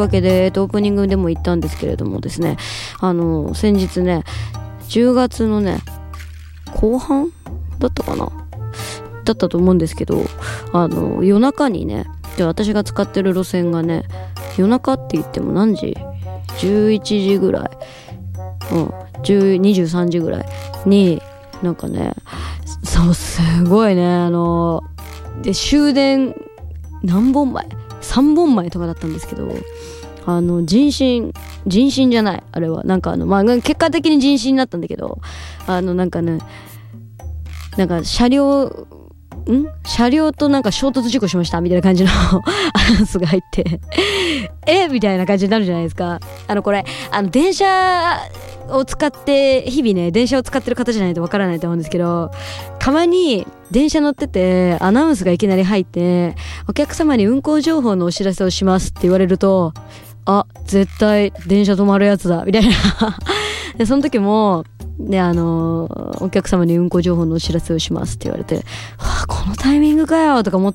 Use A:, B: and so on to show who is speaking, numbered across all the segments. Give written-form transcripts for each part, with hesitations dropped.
A: わけで、オープニングでも言ったんですけれどもですね、先日ね、10月のね、後半だったかなだったと思うんですけど、夜中にね、で私が使ってる路線がね、夜中って言っても何時 ?11 時ぐらい、23時ぐらいになんかね、そうすごいね、で終電何本前3本前とかだったんですけど、人身じゃない、あれはなんか結果的に人身になったんだけど、なんかね、なんか車両となんか衝突事故しましたみたいな感じのアナウンスが入ってみたいな感じになるじゃないですか。これ電車を使って日々ね、電車を使ってる方じゃないとわからないと思うんですけど、たまに電車乗っててアナウンスがいきなり入って、お客様に運行情報のお知らせをしますって言われると、あ、絶対電車止まるやつだみたいなでその時もね、お客様に運行情報のお知らせをしますって言われて、このタイミングかよとか思って、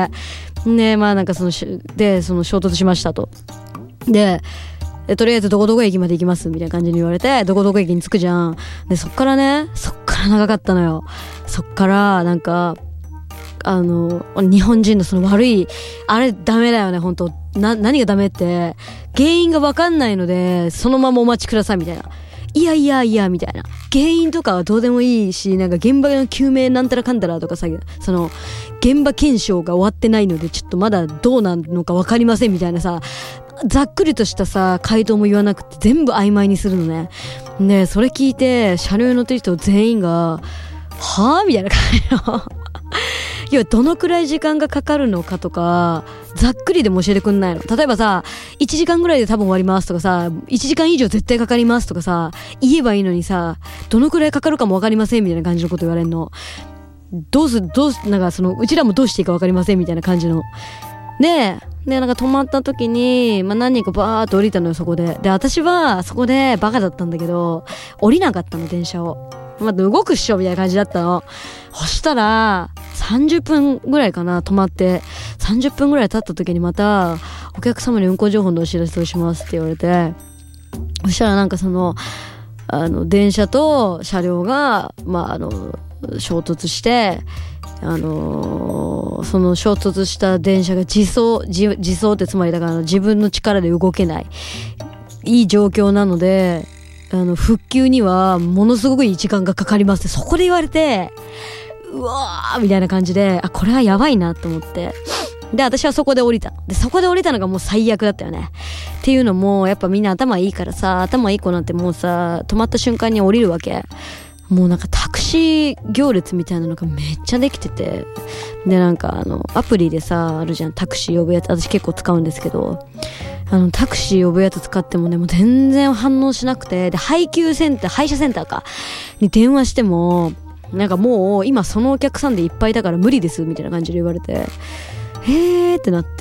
A: ね、なんかその衝突しましたと。でとりあえずどこどこ駅まで行きますみたいな感じに言われて、どこどこ駅に着くじゃん。でそっから長かったのよ。そっからなんか日本人のその悪いあれダメだよね、本当。何がダメって、原因が分かんないのでそのままお待ちくださいみたいな。いやみたいな、原因とかはどうでもいいし、なんか現場の救命なんたらかんたらとかさ、その現場検証が終わってないのでちょっとまだどうなのか分かりませんみたいなさ、ざっくりとしたさ回答も言わなくて全部曖昧にするのね。でそれ聞いて車両に乗ってる人全員がはぁみたいな感じの要はどのくらい時間がかかるのかとかざっくりでも教えてくんないの。例えばさ、1時間ぐらいで多分終わりますとかさ、1時間以上絶対かかりますとかさ言えばいいのにさ、どのくらいかかるかも分かりませんみたいな感じのこと言われるの。どうすなんかうちらもどうしていいか分かりませんみたいな感じのでなんか止まった時に、何人かバーっと降りたのよ、そこで。で私はそこでバカだったんだけど降りなかったの、電車を。動くっしょみたいな感じだったの。そしたら30分ぐらいかな、止まって30分ぐらい経った時にまたお客様に運行情報のお知らせをしますって言われて、そしたらなんか電車と車両が衝突して、その衝突した電車が自走ってつまりだから自分の力で動けないいい状況なので、復旧にはものすごくいい時間がかかりますってそこで言われて、うわーみたいな感じで、これはやばいなと思って、で私はそこで降りた。でそこで降りたのがもう最悪だったよね。っていうのもやっぱみんな頭いいからさ、頭いい子なんてもうさ、止まった瞬間に降りるわけ。もうなんかタクシー行列みたいなのがめっちゃできてて、でなんかアプリでさあるじゃん、タクシー呼ぶやつ。私結構使うんですけど、タクシー呼ぶやつ使ってもね、もう全然反応しなくて、で配車センターかに電話してもなんかもう今そのお客さんでいっぱいだから無理ですみたいな感じで言われて、ってなって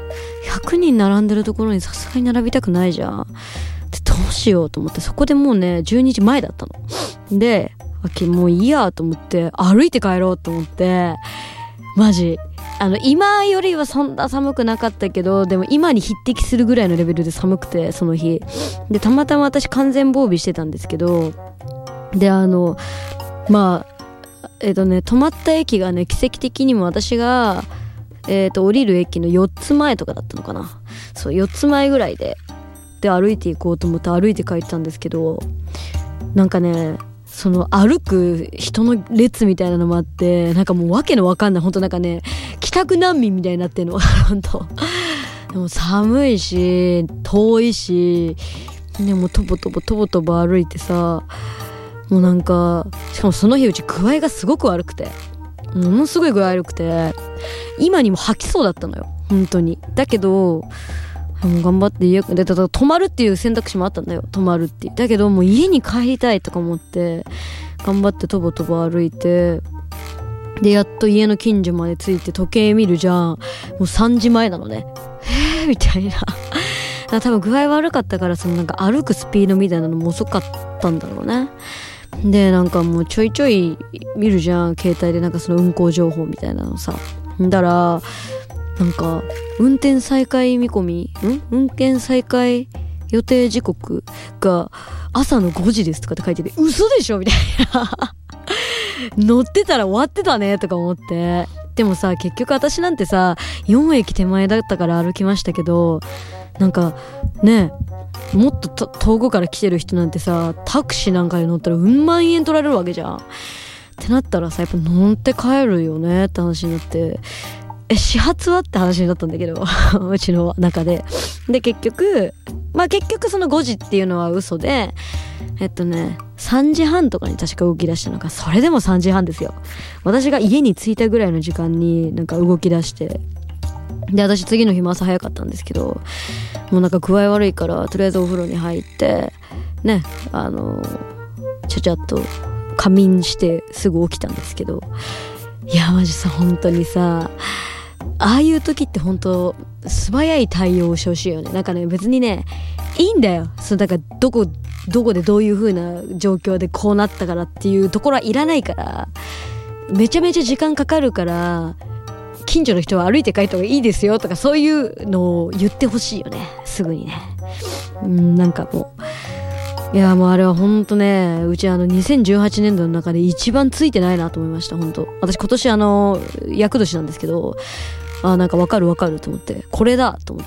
A: 、100人並んでるところにさすがに並びたくないじゃん。でどうしようと思って、そこでもうね12時前だったので、もういいやと思って歩いて帰ろうと思って、マジ今よりはそんな寒くなかったけど、でも今に匹敵するぐらいのレベルで寒くて、その日でたまたま私完全防備してたんですけど、で止まった駅がね、奇跡的にも私が降りる駅の4つ前とかだったのかな。そう4つ前ぐらいで歩いていこうと思って歩いて帰ったんですけど、なんかね、その歩く人の列みたいなのもあって、なんかもうわけのわかんない、ほんとなんかね帰宅難民みたいになってんのほんと。でも寒いし遠いし、でもとぼとぼ歩いてさ、もうなんかしかもその日うち具合がすごく悪くて、ものすごい具合悪くて今にも吐きそうだったのよ本当に。だけどもう頑張って家で泊まるっていう選択肢もあったんだよ、泊まるっていう。だけどもう家に帰りたいとか思って頑張ってとぼとぼ歩いて、でやっと家の近所まで着いて時計見るじゃん、もう3時前なのね。みたいな多分具合悪かったから、そのなんか歩くスピードみたいなのも遅かったんだろうね。でなんかもうちょいちょい見るじゃん携帯で、なんかその運行情報みたいなのさ。だからなんか運転再開見込み運転再開予定時刻が朝の5時ですとかって書いてて、嘘でしょみたいな乗ってたら終わってたねとか思って。でもさ、結局私なんてさ4駅手前だったから歩きましたけど、なんかね、もっと遠くから来てる人なんてさ、タクシーなんかで乗ったらうん万円取られるわけじゃんってなったらさ、やっぱ乗って帰るよねって話になって、始発はって話になったんだけどうちの中で。で結局その5時っていうのは嘘で、3時半とかに確か動き出したのか。それでも3時半ですよ。私が家に着いたぐらいの時間になんか動き出して、で私次の日も朝早かったんですけど、もうなんか具合悪いからとりあえずお風呂に入ってね、ちゃちゃっと仮眠してすぐ起きたんですけど、いやマジさ、本当にさ、ああいう時って本当素早い対応をしてほしいよね。なんかね、別にねいいんだよ、だからどこでどういう風な状況でこうなったからっていうところはいらないから、めちゃめちゃ時間かかるから近所の人は歩いて帰った方がいいですよとか、そういうのを言ってほしいよね、すぐにね。なんかもう、いやもうあれはほんとね、うち2018年度の中で一番ついてないなと思いました。ほんと私今年厄年なんですけど、なんかわかると思って、これだと思って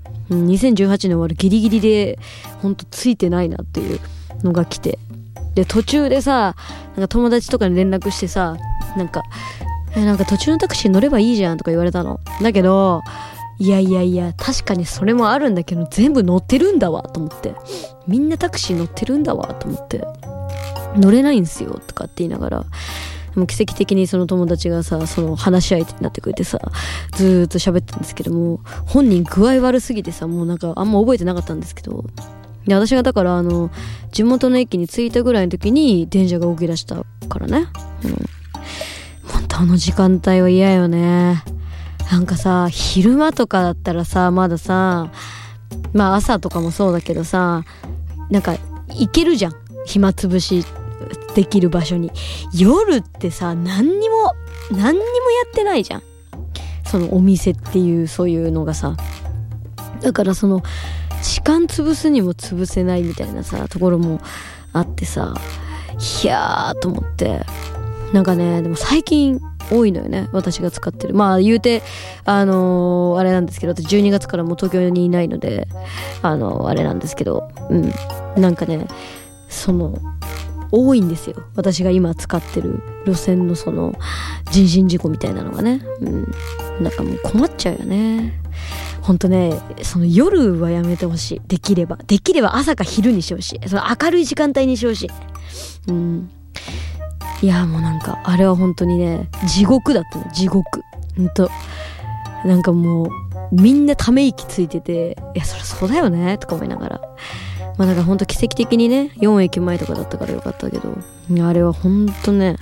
A: 、2018年終わるギリギリでほんとついてないなっていうのが来て、で途中でさ、なんか友達とかに連絡してさ、なんか途中のタクシー乗ればいいじゃんとか言われたの。だけどいや確かにそれもあるんだけど、全部乗ってるんだわと思って、みんなタクシー乗ってるんだわと思って、乗れないんすよとかって言いながら、もう奇跡的にその友達がさ、その話し相手になってくれてさ、ずーっと喋ったんですけども、本人具合悪すぎてさ、もうなんかあんま覚えてなかったんですけど、で私がだから地元の駅に着いたぐらいの時に電車が動き出したからね。本当時間帯は嫌よね。なんかさ、昼間とかだったらさまださ、まあ朝とかもそうだけどさ、なんか行けるじゃん、暇つぶしできる場所に。夜ってさ、何にもやってないじゃん、そのお店っていうそういうのがさ。だからその時間潰すにも潰せないみたいなさところもあってさ、いやーと思って。なんかね、でも最近多いのよね、私が使ってる。まあ言うてあれなんですけど、私12月からもう東京にいないのであれなんですけど、なんかね、その多いんですよ、私が今使ってる路線のその人身事故みたいなのがね。なんかもう困っちゃうよね。ほんとね、その夜はやめてほしい。できれば朝か昼にしてほしい。その明るい時間帯にしてほしい。いやもうなんかあれは本当にね、地獄だったね、地獄。ほんとなんかもうみんなため息ついてて、いやそりゃそうだよねとか思いながら、まあなんかほんと奇跡的にね4駅前とかだったからよかったけど、あれはほんとね、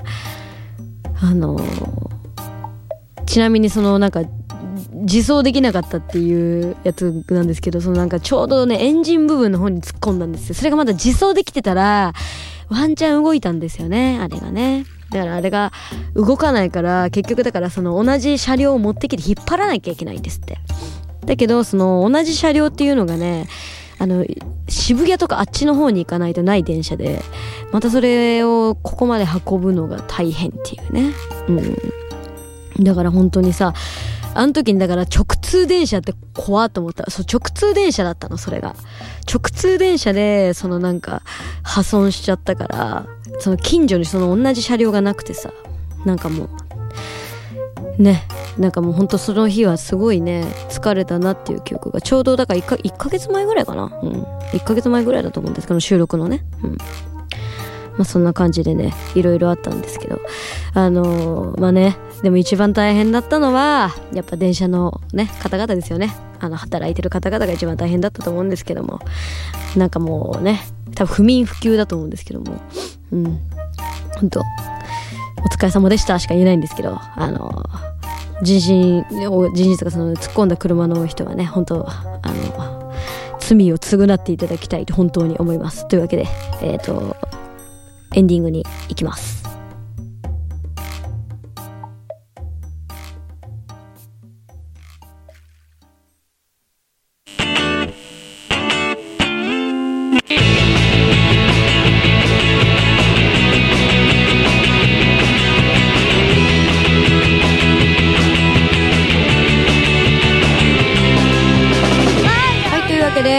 A: ちなみにそのなんか自走できなかったっていうやつなんですけど、そのなんかちょうどねエンジン部分の方に突っ込んだんですよ。それがまだ自走できてたらワンチャン動いたんですよね、あれがね。だからあれが動かないから、結局だからその同じ車両を持ってきて引っ張らなきゃいけないんですって。だけどその同じ車両っていうのがね、渋谷とかあっちの方に行かないとない電車で、またそれをここまで運ぶのが大変っていうね。だから本当にさ、あの時にだから直通電車って怖っと思った。そう、直通電車だったの、それが。直通電車で、そのなんか、破損しちゃったから、その近所にその同じ車両がなくてさ、なんかもう、ね、なんかもうほんとその日はすごいね、疲れたなっていう記憶が、ちょうどだから1ヶ月前ぐらいかな。1ヶ月前ぐらいだと思うんですけど、収録のね。まあそんな感じでね、いろいろあったんですけど、まあね、でも一番大変だったのはやっぱ電車のね方々ですよね。働いてる方々が一番大変だったと思うんですけども、なんかもうね、多分不眠不休だと思うんですけども、本当お疲れ様でしたしか言えないんですけど、人身とかその突っ込んだ車の人はね、本当罪を償っていただきたいと本当に思います。というわけでエンディングに行きます。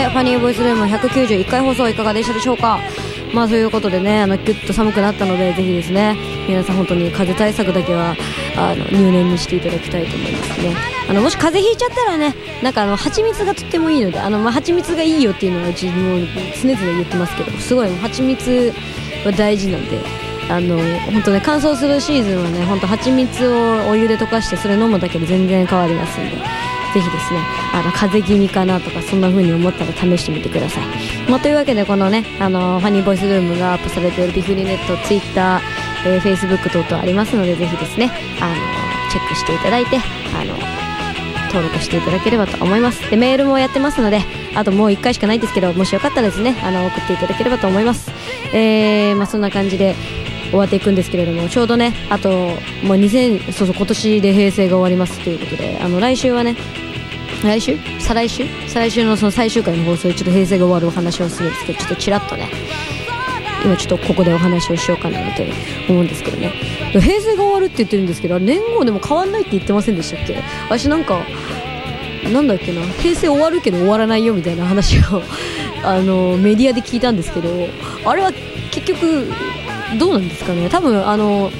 A: ファニーボイスルーム191回放送いかがでしたでしょうか。まあそういうことでね、ぐっと寒くなったので、ぜひですね皆さん本当に風邪対策だけは入念にしていただきたいと思いますね。もし風邪ひいちゃったらね、なんか蜂蜜がとってもいいので、蜂蜜がいいよっていうのは自分も常々言ってますけど、すごい蜂蜜は大事なんで、本当ね乾燥するシーズンはね、本当蜂蜜をお湯で溶かしてそれ飲むだけで全然変わりますんで、ぜひですね風邪気味かなとかそんな風に思ったら試してみてください。というわけでこのねファニーボイスルームがアップされているビフリネット、ツイッター、フェイスブック等々ありますので、ぜひですねチェックしていただいて登録していただければと思います。でメールもやってますので、あともう1回しかないんですけど、もしよかったらですね送っていただければと思います。そんな感じで終わっていくんですけれども、ちょうどねあともう今年で平成が終わりますということで、来週はね再来週のその最終回の放送でちょっと平成が終わるお話をするんですけど、ちょっとちらっとね今ちょっとここでお話をしようかなと思うんですけどね、平成が終わるって言ってるんですけど、年号でも変わんないって言ってませんでしたっけ。私なんかなんだっけな、平成終わるけど終わらないよみたいな話をメディアで聞いたんですけど、あれは結局どうなんですかね。多分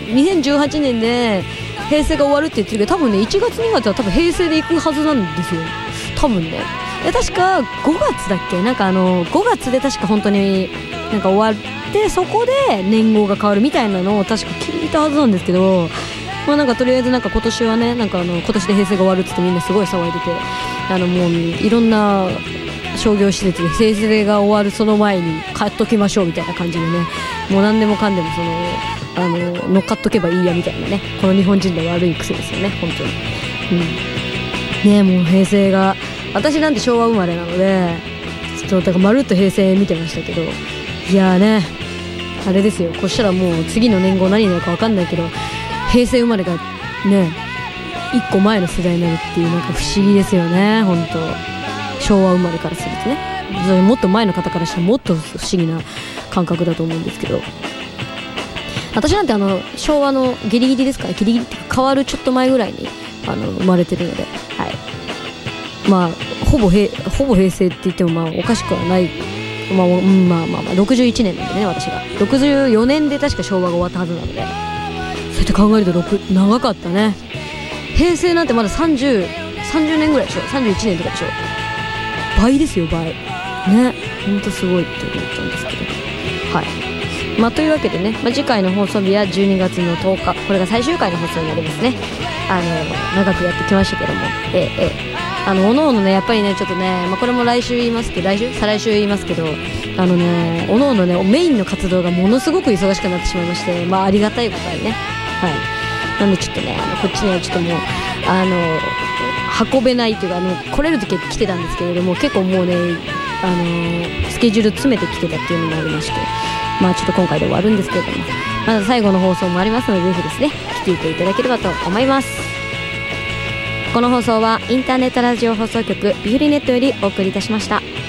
A: 2018年で平成が終わるって言ってるけど、多分ね1月2月は多分平成で行くはずなんですよ多分ね。確か5月だっけ、なんか5月で確か本当になんか終わってそこで年号が変わるみたいなのを確か聞いたはずなんですけど、まあなんかとりあえずなんか今年はね、なんか今年で平成が終わるって言ってみんなすごい騒いでて、もういろんな商業施設で平成が終わるその前に買っときましょうみたいな感じでね、もう何でもかんでも乗っかっとけばいいやみたいなね、この日本人の悪い癖ですよね本当に。ね、もう平成が、私なんて昭和生まれなのでちょっとだからまるっと平成見てましたけど、いやーねあれですよ、こうしたらもう次の年号何になるか分かんないけど、平成生まれがね1個前の世代になるっていう、なんか不思議ですよね本当。昭和生まれからするとね、それもっと前の方からしたらもっと不思議な感覚だと思うんですけど、私なんて昭和のギリギリですから、ギリギリって変わるちょっと前ぐらいに生まれてるので、はい、まあほぼ平成って言ってもまあおかしくはない、まあ61年なんでね、私が64年で確か昭和が終わったはずなので、そうやって考えると長かったね。平成なんてまだ30年ぐらいでしょ、31年とかでしょ、倍ですよ倍ね、ほんとすごいって思ったんですけど、はい。というわけでね、次回の放送日は12月の10日、これが最終回の放送になりますね。長くやってきましたけども、おのおのねやっぱりねちょっとね、これも来週言いますけど、再来週言いますけど、おのおのねメインの活動がものすごく忙しくなってしまいまして、ありがたいことにね、はい。なんでちょっとねこっちにはちょっともう運べないというか、来れる時は来てたんですけれども、結構もうねスケジュール詰めてきてたっていうのもありまして、ちょっと今回で終わるんですけれども、まだ最後の放送もありますので、ぜひですね聞いていただければと思います。この放送はインターネットラジオ放送局ビフリネットよりお送りいたしました。